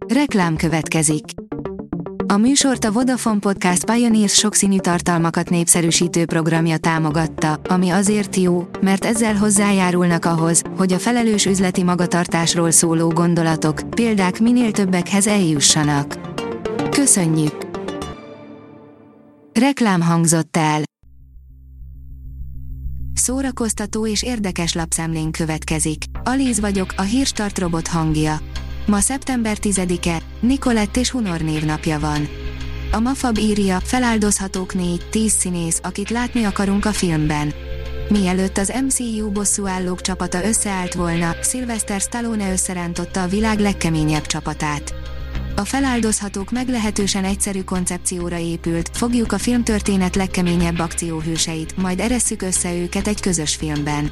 Reklám következik. A műsort a Vodafone Podcast Pioneers sokszínű tartalmakat népszerűsítő programja támogatta, ami azért jó, mert ezzel hozzájárulnak ahhoz, hogy a felelős üzleti magatartásról szóló gondolatok, példák minél többekhez eljussanak. Köszönjük! Reklám hangzott el. Szórakoztató és érdekes lapszemlén következik. Alíz vagyok, a Hírstart robot hangja. Ma szeptember 10-e, Nicolette és Hunor névnapja van. A Mafab írja, feláldozhatók 4-10 színész, akit látni akarunk a filmben. Mielőtt az MCU bosszúállók csapata összeállt volna, Sylvester Stallone összerántotta a világ legkeményebb csapatát. A feláldozhatók meglehetősen egyszerű koncepcióra épült, fogjuk a filmtörténet legkeményebb akcióhőseit, majd eresszük össze őket egy közös filmben.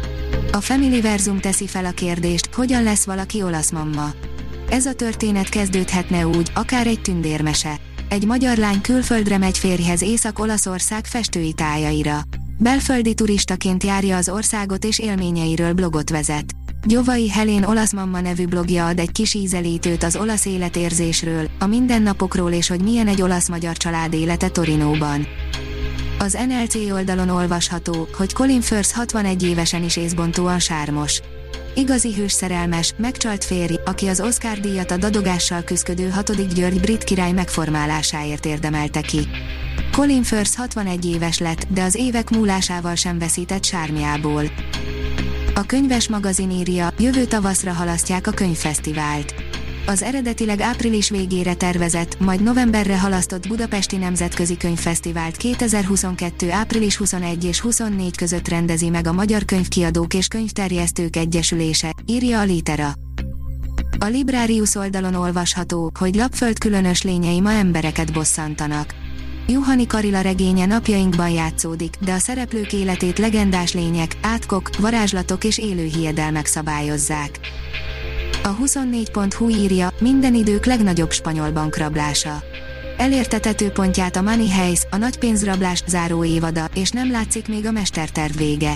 A Familyverzum teszi fel a kérdést, hogyan lesz valaki olasz mamma. Ez a történet kezdődhetne úgy, akár egy tündérmese. Egy magyar lány külföldre megy férjhez Észak-Olaszország festői tájaira. Belföldi turistaként járja az országot és élményeiről blogot vezet. Gyovai Helén olasz mamma nevű blogja ad egy kis ízelítőt az olasz életérzésről, a mindennapokról és hogy milyen egy olasz-magyar család élete Torinóban. Az NLC oldalon olvasható, hogy Colin Firth 61 évesen is észbontóan sármos. Igazi hős szerelmes, megcsalt férj, aki az Oscar-díjat a dadogással küszködő 6. György brit király megformálásáért érdemelte ki. Colin Firth 61 éves lett, de az évek múlásával sem veszített sármjából. A Könyves magazin írja, jövő tavaszra halasztják a könyvfesztivált. Az eredetileg április végére tervezett, majd novemberre halasztott Budapesti Nemzetközi Könyvfesztivált 2022. április 21 és 24 között rendezi meg a Magyar Könyvkiadók és Könyvterjesztők Egyesülése, írja a Litera. A Librarius oldalon olvasható, hogy Lapföld különös lényei ma embereket bosszantanak. Juhani Karila regénye napjainkban játszódik, de a szereplők életét legendás lények, átkok, varázslatok és élő hiedelmek szabályozzák. A 24.hu írja, minden idők legnagyobb spanyol bankrablása. Elérte tetőpontját a Money Heist, a nagy pénzrablás záró évada, és nem látszik még a mesterterv vége.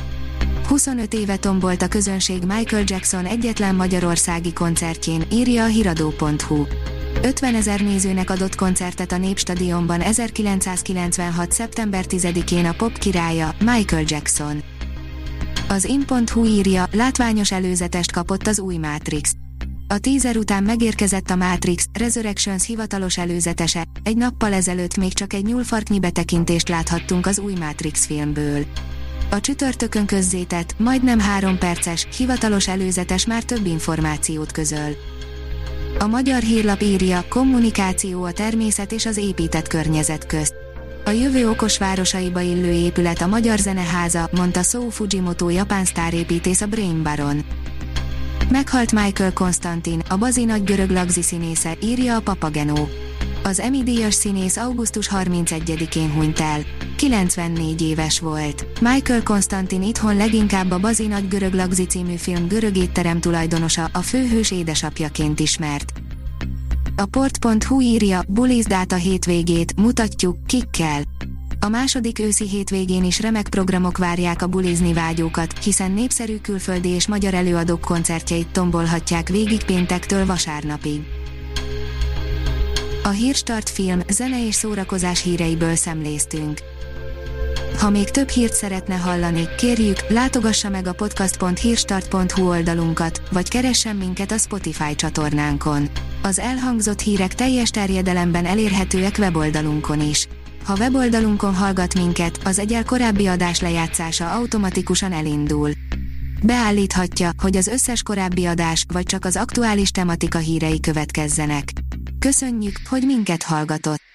25 éve tombolt a közönség Michael Jackson egyetlen magyarországi koncertjén, írja a hiradó.hu. 50 000 nézőnek adott koncertet a Népstadionban 1996. szeptember 10-én a pop királya, Michael Jackson. Az in.hu írja, látványos előzetest kapott az új Matrix. A teaser után megérkezett a Matrix Resurrections hivatalos előzetese, egy nappal ezelőtt még csak egy nyúlfarknyi betekintést láthattunk az új Matrix filmből. A csütörtökön közzétett, majdnem 3 perces, hivatalos előzetes már több információt közöl. A Magyar Hírlap írja, kommunikáció a természet és az épített környezet közt. A jövő okos városaiba illő épület a Magyar Zeneháza, mondta Sou Fujimoto japán sztárépítész a Brain Baron. Meghalt Michael Constantin, a Bazi nagy görög lagzi színésze, írja a Papageno. Az Emmy-díjas színész augusztus 31-én hunyt el. 94 éves volt. Michael Constantin itthon leginkább a Bazi nagy görög lagzi című film görög étterem tulajdonosa, a főhős édesapjaként ismert. A port.hu írja, bulizd át a hétvégét, mutatjuk, kikkel. A második őszi hétvégén is remek programok várják a bulizni vágyókat, hiszen népszerű külföldi és magyar előadók koncertjeit tombolhatják végig péntektől vasárnapig. A Hírstart film, zene és szórakozás híreiből szemléztünk. Ha még több hírt szeretne hallani, kérjük, látogassa meg a podcast.hírstart.hu oldalunkat, vagy keressen minket a Spotify csatornánkon. Az elhangzott hírek teljes terjedelemben elérhetőek weboldalunkon is. Ha weboldalunkon hallgat minket, az egyel korábbi adás lejátszása automatikusan elindul. Beállíthatja, hogy az összes korábbi adás, vagy csak az aktuális tematika hírei következzenek. Köszönjük, hogy minket hallgatott!